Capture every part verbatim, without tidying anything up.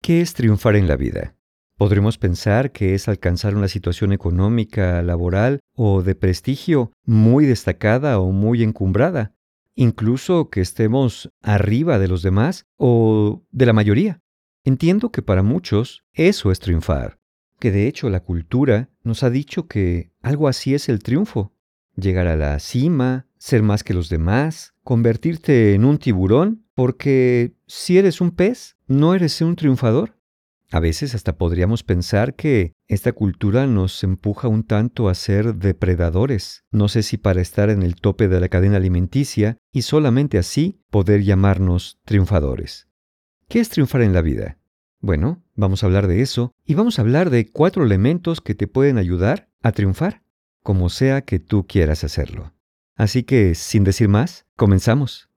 ¿Qué es triunfar en la vida? Podremos pensar que es alcanzar una situación económica, laboral o de prestigio muy destacada o muy encumbrada, incluso que estemos arriba de los demás o de la mayoría. Entiendo que para muchos eso es triunfar, que de hecho la cultura nos ha dicho que algo así es el triunfo: llegar a la cima, ser más que los demás, convertirte en un tiburón, porque si eres un pez, no eres un triunfador. A veces hasta podríamos pensar que esta cultura nos empuja un tanto a ser depredadores, no sé si para estar en el tope de la cadena alimenticia y solamente así poder llamarnos triunfadores. ¿Qué es triunfar en la vida? Bueno, vamos a hablar de eso y vamos a hablar de cuatro elementos que te pueden ayudar a triunfar, como sea que tú quieras hacerlo. Así que, sin decir más, comenzamos.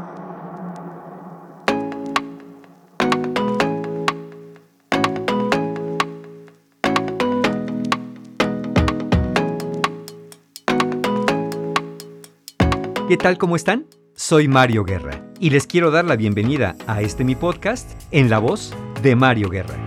¿Qué tal? ¿Cómo están? Soy Mario Guerra y les quiero dar la bienvenida a este mi podcast en la voz de Mario Guerra.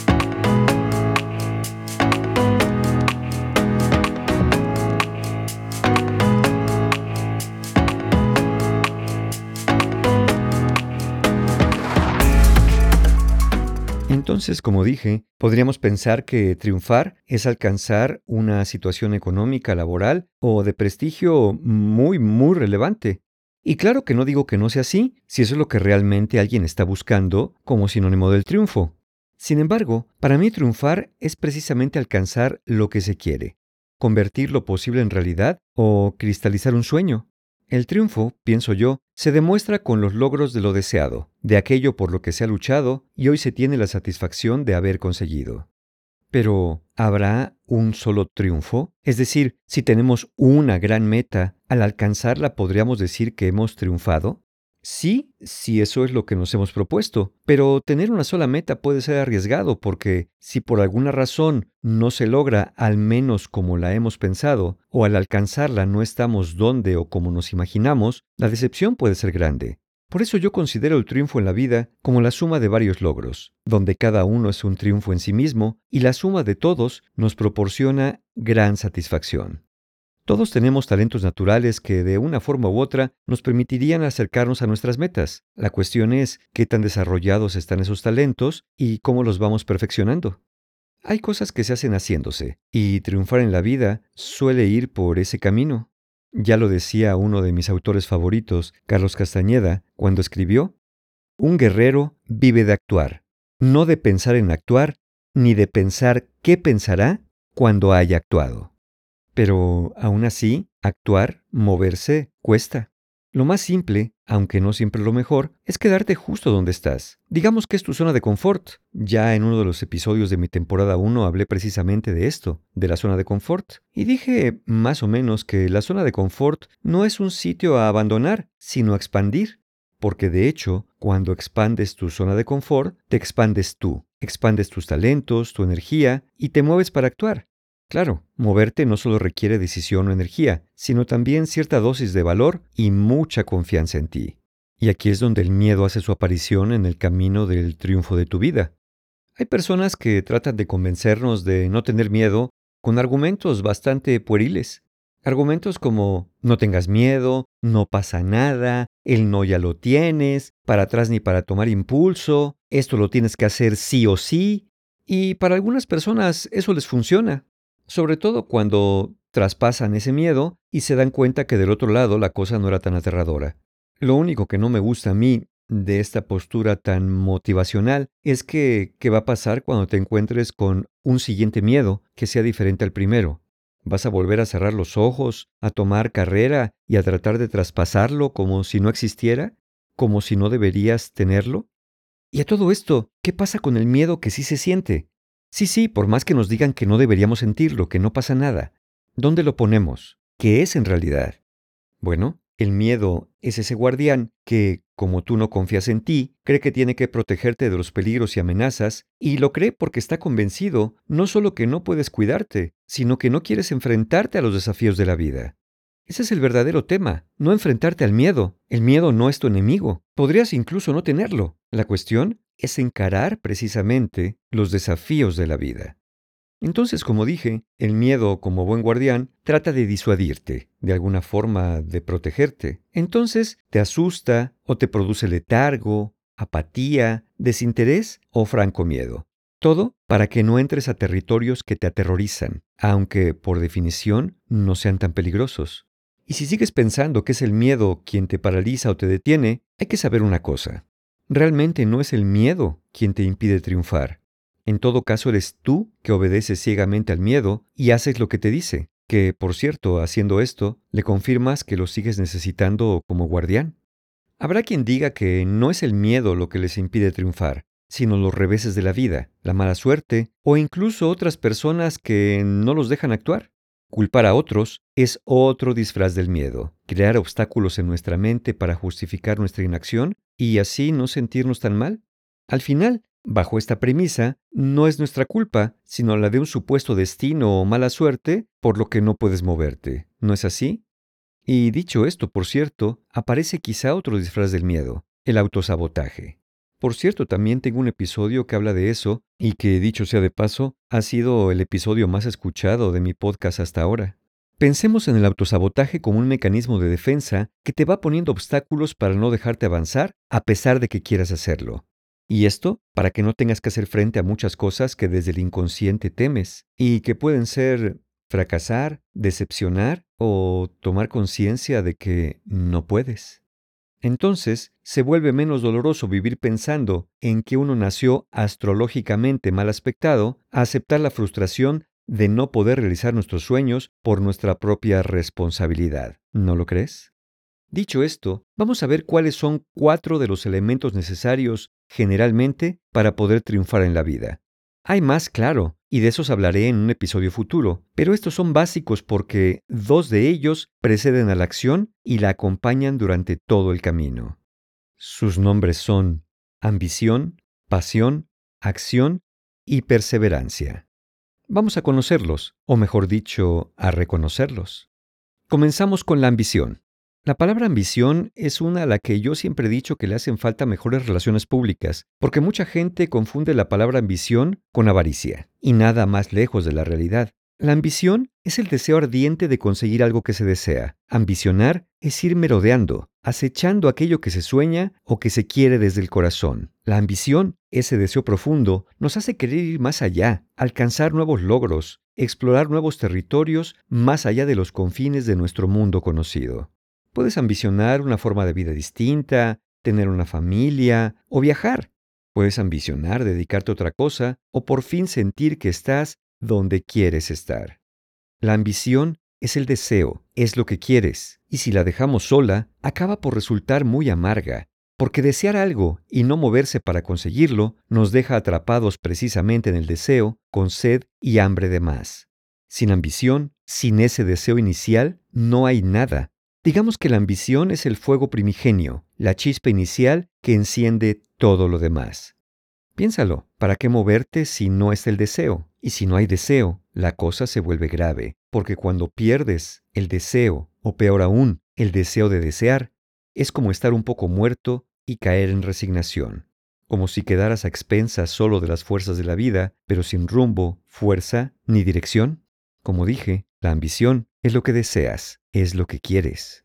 Entonces, como dije, podríamos pensar que triunfar es alcanzar una situación económica, laboral o de prestigio muy, muy relevante. Y claro que no digo que no sea así, si eso es lo que realmente alguien está buscando como sinónimo del triunfo. Sin embargo, para mí triunfar es precisamente alcanzar lo que se quiere, convertir lo posible en realidad o cristalizar un sueño. El triunfo, pienso yo, se demuestra con los logros de lo deseado, de aquello por lo que se ha luchado y hoy se tiene la satisfacción de haber conseguido. Pero, ¿habrá un solo triunfo? Es decir, si tenemos una gran meta, al alcanzarla podríamos decir que hemos triunfado. Sí, si eso es lo que nos hemos propuesto, pero tener una sola meta puede ser arriesgado porque si por alguna razón no se logra al menos como la hemos pensado, o al alcanzarla no estamos donde o como nos imaginamos, la decepción puede ser grande. Por eso yo considero el triunfo en la vida como la suma de varios logros, donde cada uno es un triunfo en sí mismo y la suma de todos nos proporciona gran satisfacción. Todos tenemos talentos naturales que de una forma u otra nos permitirían acercarnos a nuestras metas. La cuestión es qué tan desarrollados están esos talentos y cómo los vamos perfeccionando. Hay cosas que se hacen haciéndose, y triunfar en la vida suele ir por ese camino. Ya lo decía uno de mis autores favoritos, Carlos Castañeda, cuando escribió: un guerrero vive de actuar, no de pensar en actuar, ni de pensar qué pensará cuando haya actuado. Pero, aún así, actuar, moverse, cuesta. Lo más simple, aunque no siempre lo mejor, es quedarte justo donde estás. Digamos que es tu zona de confort. Ya en uno de los episodios de mi temporada uno hablé precisamente de esto, de la zona de confort. Y dije, más o menos, que la zona de confort no es un sitio a abandonar, sino a expandir. Porque de hecho, cuando expandes tu zona de confort, te expandes tú. Expandes tus talentos, tu energía, y te mueves para actuar. Claro, moverte no solo requiere decisión o energía, sino también cierta dosis de valor y mucha confianza en ti. Y aquí es donde el miedo hace su aparición en el camino del triunfo de tu vida. Hay personas que tratan de convencernos de no tener miedo con argumentos bastante pueriles. Argumentos como: no tengas miedo, no pasa nada, el no ya lo tienes, para atrás ni para tomar impulso, esto lo tienes que hacer sí o sí. Y para algunas personas eso les funciona. Sobre todo cuando traspasan ese miedo y se dan cuenta que del otro lado la cosa no era tan aterradora. Lo único que no me gusta a mí de esta postura tan motivacional es que, ¿qué va a pasar cuando te encuentres con un siguiente miedo que sea diferente al primero? ¿Vas a volver a cerrar los ojos, a tomar carrera y a tratar de traspasarlo como si no existiera? ¿Como si no deberías tenerlo? Y a todo esto, ¿qué pasa con el miedo que sí se siente? Sí, sí, por más que nos digan que no deberíamos sentirlo, que no pasa nada. ¿Dónde lo ponemos? ¿Qué es en realidad? Bueno, el miedo es ese guardián que, como tú no confías en ti, cree que tiene que protegerte de los peligros y amenazas, y lo cree porque está convencido no solo que no puedes cuidarte, sino que no quieres enfrentarte a los desafíos de la vida. Ese es el verdadero tema, no enfrentarte al miedo. El miedo no es tu enemigo. Podrías incluso no tenerlo. La cuestión es encarar precisamente los desafíos de la vida. Entonces, como dije, el miedo, como buen guardián, trata de disuadirte, de alguna forma de protegerte. Entonces, te asusta o te produce letargo, apatía, desinterés o franco miedo. Todo para que no entres a territorios que te aterrorizan, aunque, por definición, no sean tan peligrosos. Y si sigues pensando que es el miedo quien te paraliza o te detiene, hay que saber una cosa. Realmente no es el miedo quien te impide triunfar. En todo caso, eres tú que obedeces ciegamente al miedo y haces lo que te dice, que, por cierto, haciendo esto, le confirmas que lo sigues necesitando como guardián. Habrá quien diga que no es el miedo lo que les impide triunfar, sino los reveses de la vida, la mala suerte o incluso otras personas que no los dejan actuar. Culpar a otros es otro disfraz del miedo, crear obstáculos en nuestra mente para justificar nuestra inacción y así no sentirnos tan mal. Al final, bajo esta premisa, no es nuestra culpa, sino la de un supuesto destino o mala suerte por lo que no puedes moverte. ¿No es así? Y dicho esto, por cierto, aparece quizá otro disfraz del miedo, el autosabotaje. Por cierto, también tengo un episodio que habla de eso y que, dicho sea de paso, ha sido el episodio más escuchado de mi podcast hasta ahora. Pensemos en el autosabotaje como un mecanismo de defensa que te va poniendo obstáculos para no dejarte avanzar a pesar de que quieras hacerlo. Y esto para que no tengas que hacer frente a muchas cosas que desde el inconsciente temes y que pueden ser fracasar, decepcionar o tomar conciencia de que no puedes. Entonces, se vuelve menos doloroso vivir pensando en que uno nació astrológicamente mal aspectado a aceptar la frustración de no poder realizar nuestros sueños por nuestra propia responsabilidad. ¿No lo crees? Dicho esto, vamos a ver cuáles son cuatro de los elementos necesarios, generalmente, para poder triunfar en la vida. Hay más, claro, y de esos hablaré en un episodio futuro, pero estos son básicos porque dos de ellos preceden a la acción y la acompañan durante todo el camino. Sus nombres son ambición, pasión, acción y perseverancia. Vamos a conocerlos, o mejor dicho, a reconocerlos. Comenzamos con la ambición. La palabra ambición es una a la que yo siempre he dicho que le hacen falta mejores relaciones públicas, porque mucha gente confunde la palabra ambición con avaricia, y nada más lejos de la realidad. La ambición es el deseo ardiente de conseguir algo que se desea. Ambicionar es ir merodeando, acechando aquello que se sueña o que se quiere desde el corazón. La ambición, ese deseo profundo, nos hace querer ir más allá, alcanzar nuevos logros, explorar nuevos territorios más allá de los confines de nuestro mundo conocido. Puedes ambicionar una forma de vida distinta, tener una familia o viajar. Puedes ambicionar dedicarte a otra cosa o por fin sentir que estás donde quieres estar. La ambición es el deseo, es lo que quieres, y si la dejamos sola, acaba por resultar muy amarga, porque desear algo y no moverse para conseguirlo nos deja atrapados precisamente en el deseo, con sed y hambre de más. Sin ambición, sin ese deseo inicial, no hay nada. Digamos que la ambición es el fuego primigenio, la chispa inicial que enciende todo lo demás. Piénsalo, ¿para qué moverte si no es el deseo? Y si no hay deseo, la cosa se vuelve grave, porque cuando pierdes el deseo, o peor aún, el deseo de desear, es como estar un poco muerto y caer en resignación, como si quedaras a expensas solo de las fuerzas de la vida, pero sin rumbo, fuerza ni dirección. Como dije, la ambición es lo que deseas, es lo que quieres.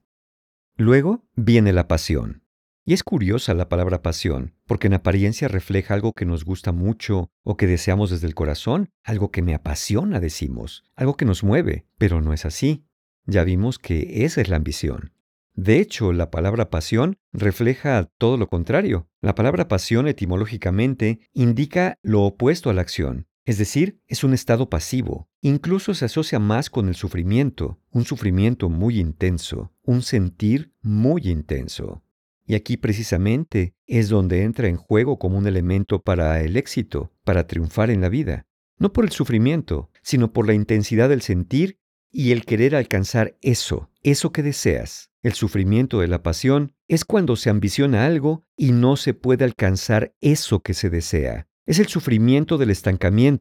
Luego viene la pasión. Y es curiosa la palabra pasión, porque en apariencia refleja algo que nos gusta mucho o que deseamos desde el corazón, algo que me apasiona, decimos, algo que nos mueve, pero no es así. Ya vimos que esa es la ambición. De hecho, la palabra pasión refleja todo lo contrario. La palabra pasión etimológicamente indica lo opuesto a la acción. Es decir, es un estado pasivo. Incluso se asocia más con el sufrimiento, un sufrimiento muy intenso, un sentir muy intenso. Y aquí precisamente es donde entra en juego como un elemento para el éxito, para triunfar en la vida. No por el sufrimiento, sino por la intensidad del sentir y el querer alcanzar eso, eso que deseas. El sufrimiento de la pasión es cuando se ambiciona algo y no se puede alcanzar eso que se desea. Es el sufrimiento del estancamiento,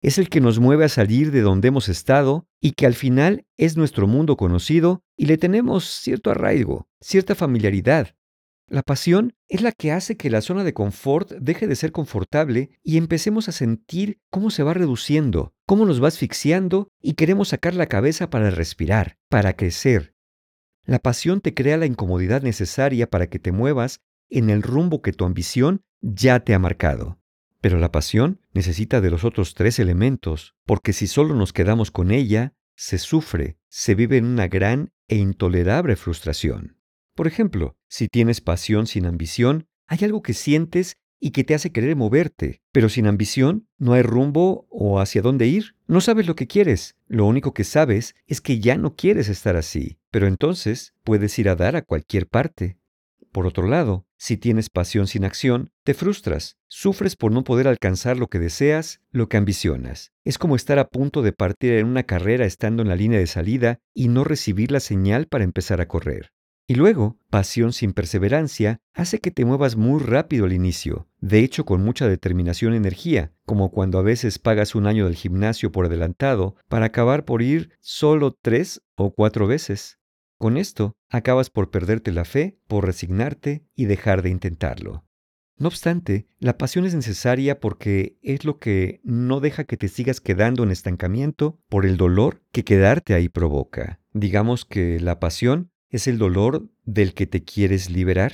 es el que nos mueve a salir de donde hemos estado y que al final es nuestro mundo conocido y le tenemos cierto arraigo, cierta familiaridad. La pasión es la que hace que la zona de confort deje de ser confortable y empecemos a sentir cómo se va reduciendo, cómo nos va asfixiando y queremos sacar la cabeza para respirar, para crecer. La pasión te crea la incomodidad necesaria para que te muevas en el rumbo que tu ambición ya te ha marcado. Pero la pasión necesita de los otros tres elementos, porque si solo nos quedamos con ella, se sufre, se vive en una gran e intolerable frustración. Por ejemplo, si tienes pasión sin ambición, hay algo que sientes y que te hace querer moverte, pero sin ambición no hay rumbo o hacia dónde ir. No sabes lo que quieres, lo único que sabes es que ya no quieres estar así, pero entonces puedes ir a dar a cualquier parte. Por otro lado, si tienes pasión sin acción, te frustras, sufres por no poder alcanzar lo que deseas, lo que ambicionas. Es como estar a punto de partir en una carrera estando en la línea de salida y no recibir la señal para empezar a correr. Y luego, pasión sin perseverancia hace que te muevas muy rápido al inicio, de hecho con mucha determinación y energía, como cuando a veces pagas un año del gimnasio por adelantado para acabar por ir solo tres o cuatro veces. Con esto, acabas por perderte la fe, por resignarte y dejar de intentarlo. No obstante, la pasión es necesaria porque es lo que no deja que te sigas quedando en estancamiento por el dolor que quedarte ahí provoca. Digamos que la pasión es el dolor del que te quieres liberar.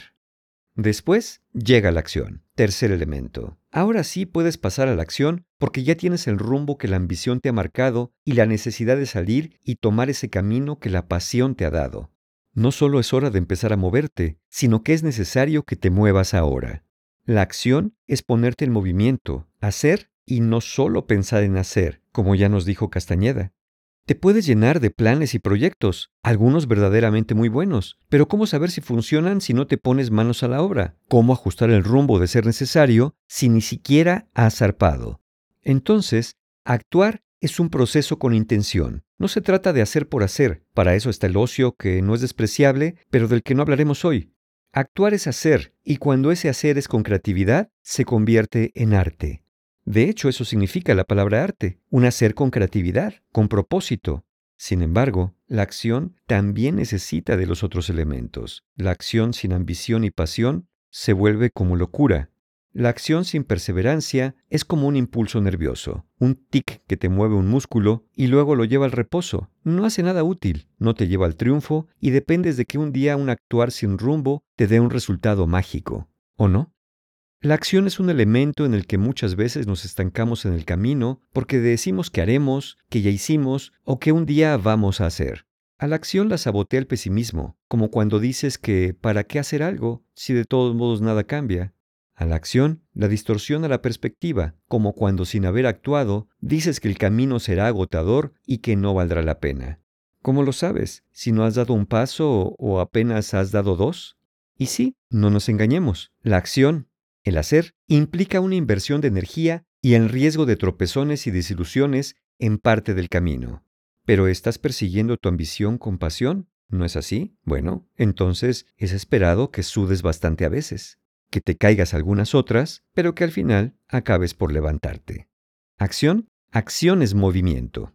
Después llega la acción, tercer elemento. Ahora sí puedes pasar a la acción porque ya tienes el rumbo que la ambición te ha marcado y la necesidad de salir y tomar ese camino que la pasión te ha dado. No solo es hora de empezar a moverte, sino que es necesario que te muevas ahora. La acción es ponerte en movimiento, hacer y no solo pensar en hacer, como ya nos dijo Castañeda. Te puedes llenar de planes y proyectos, algunos verdaderamente muy buenos, pero ¿cómo saber si funcionan si no te pones manos a la obra? ¿Cómo ajustar el rumbo de ser necesario si ni siquiera has zarpado? Entonces, actuar es un proceso con intención. No se trata de hacer por hacer, para eso está el ocio que no es despreciable, pero del que no hablaremos hoy. Actuar es hacer, y cuando ese hacer es con creatividad, se convierte en arte. De hecho, eso significa la palabra arte, un hacer con creatividad, con propósito. Sin embargo, la acción también necesita de los otros elementos. La acción sin ambición y pasión se vuelve como locura. La acción sin perseverancia es como un impulso nervioso, un tic que te mueve un músculo y luego lo lleva al reposo. No hace nada útil, no te lleva al triunfo y dependes de que un día un actuar sin rumbo te dé un resultado mágico, ¿o no? La acción es un elemento en el que muchas veces nos estancamos en el camino porque decimos que haremos, que ya hicimos o que un día vamos a hacer. A la acción la sabotea el pesimismo, como cuando dices que ¿para qué hacer algo si de todos modos nada cambia? A la acción la distorsiona la perspectiva, como cuando sin haber actuado dices que el camino será agotador y que no valdrá la pena. ¿Cómo lo sabes? ¿Si no has dado un paso o apenas has dado dos? Y sí, no nos engañemos, la acción, el hacer, implica una inversión de energía y el riesgo de tropezones y desilusiones en parte del camino. ¿Pero estás persiguiendo tu ambición con pasión? ¿No es así? Bueno, entonces es esperado que sudes bastante a veces, que te caigas algunas otras, pero que al final acabes por levantarte. Acción, acción es movimiento.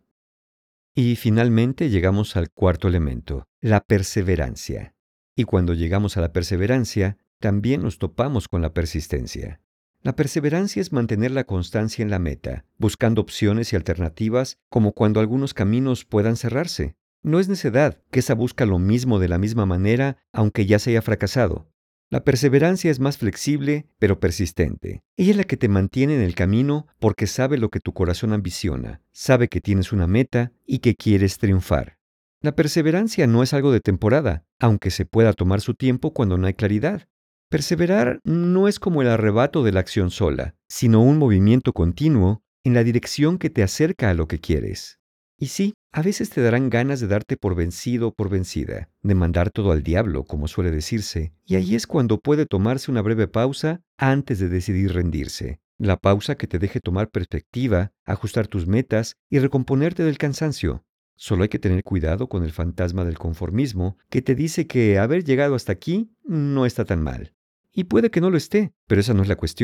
Y finalmente llegamos al cuarto elemento, la perseverancia. Y cuando llegamos a la perseverancia, también nos topamos con la persistencia. La perseverancia es mantener la constancia en la meta, buscando opciones y alternativas como cuando algunos caminos puedan cerrarse. No es necedad que esa busca lo mismo de la misma manera aunque ya se haya fracasado. La perseverancia es más flexible, pero persistente. Ella es la que te mantiene en el camino porque sabe lo que tu corazón ambiciona, sabe que tienes una meta y que quieres triunfar. La perseverancia no es algo de temporada, aunque se pueda tomar su tiempo cuando no hay claridad. Perseverar no es como el arrebato de la acción sola, sino un movimiento continuo en la dirección que te acerca a lo que quieres. Y sí, a veces te darán ganas de darte por vencido o por vencida, de mandar todo al diablo, como suele decirse, y ahí es cuando puede tomarse una breve pausa antes de decidir rendirse. La pausa que te deje tomar perspectiva, ajustar tus metas y recomponerte del cansancio. Solo hay que tener cuidado con el fantasma del conformismo que te dice que haber llegado hasta aquí no está tan mal. Y puede que no lo esté, pero esa no es la cuestión.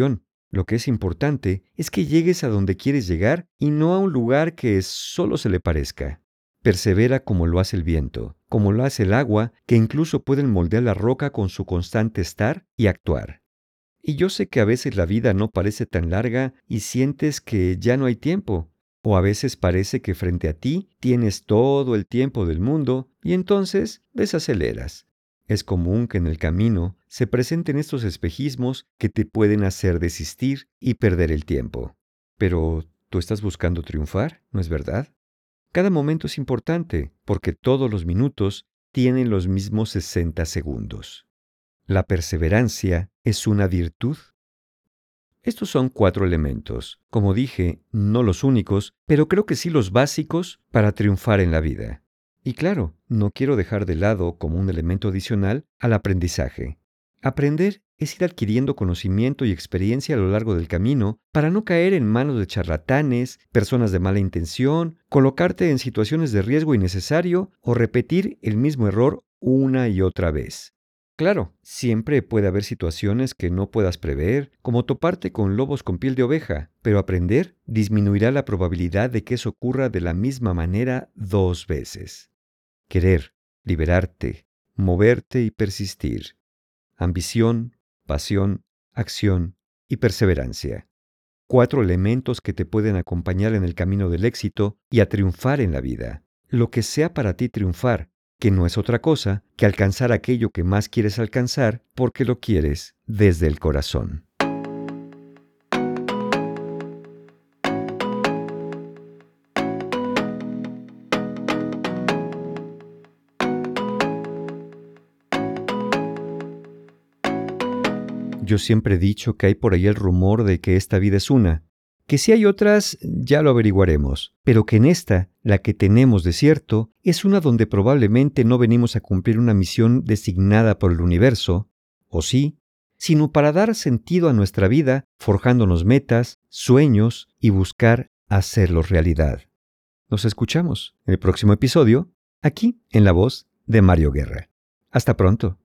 Lo que es importante es que llegues a donde quieres llegar y no a un lugar que solo se le parezca. Persevera como lo hace el viento, como lo hace el agua, que incluso pueden moldear la roca con su constante estar y actuar. Y yo sé que a veces la vida no parece tan larga y sientes que ya no hay tiempo, o a veces parece que frente a ti tienes todo el tiempo del mundo y entonces desaceleras. Es común que en el camino se presenten estos espejismos que te pueden hacer desistir y perder el tiempo. Pero tú estás buscando triunfar, ¿no es verdad? Cada momento es importante porque todos los minutos tienen los mismos sesenta segundos. La perseverancia es una virtud. Estos son cuatro elementos, como dije, no los únicos, pero creo que sí los básicos para triunfar en la vida. Y claro, no quiero dejar de lado como un elemento adicional al aprendizaje. Aprender es ir adquiriendo conocimiento y experiencia a lo largo del camino para no caer en manos de charlatanes, personas de mala intención, colocarte en situaciones de riesgo innecesario o repetir el mismo error una y otra vez. Claro, siempre puede haber situaciones que no puedas prever, como toparte con lobos con piel de oveja, pero aprender disminuirá la probabilidad de que eso ocurra de la misma manera dos veces. Querer, liberarte, moverte y persistir. Ambición, pasión, acción y perseverancia. Cuatro elementos que te pueden acompañar en el camino del éxito y a triunfar en la vida. Lo que sea para ti triunfar, que no es otra cosa que alcanzar aquello que más quieres alcanzar porque lo quieres desde el corazón. Yo siempre he dicho que hay por ahí el rumor de que esta vida es una, que si hay otras ya lo averiguaremos, pero que en esta, la que tenemos de cierto, es una donde probablemente no venimos a cumplir una misión designada por el universo, o sí, sino para dar sentido a nuestra vida, forjándonos metas, sueños y buscar hacerlos realidad. Nos escuchamos en el próximo episodio, aquí en la voz de Mario Guerra. Hasta pronto.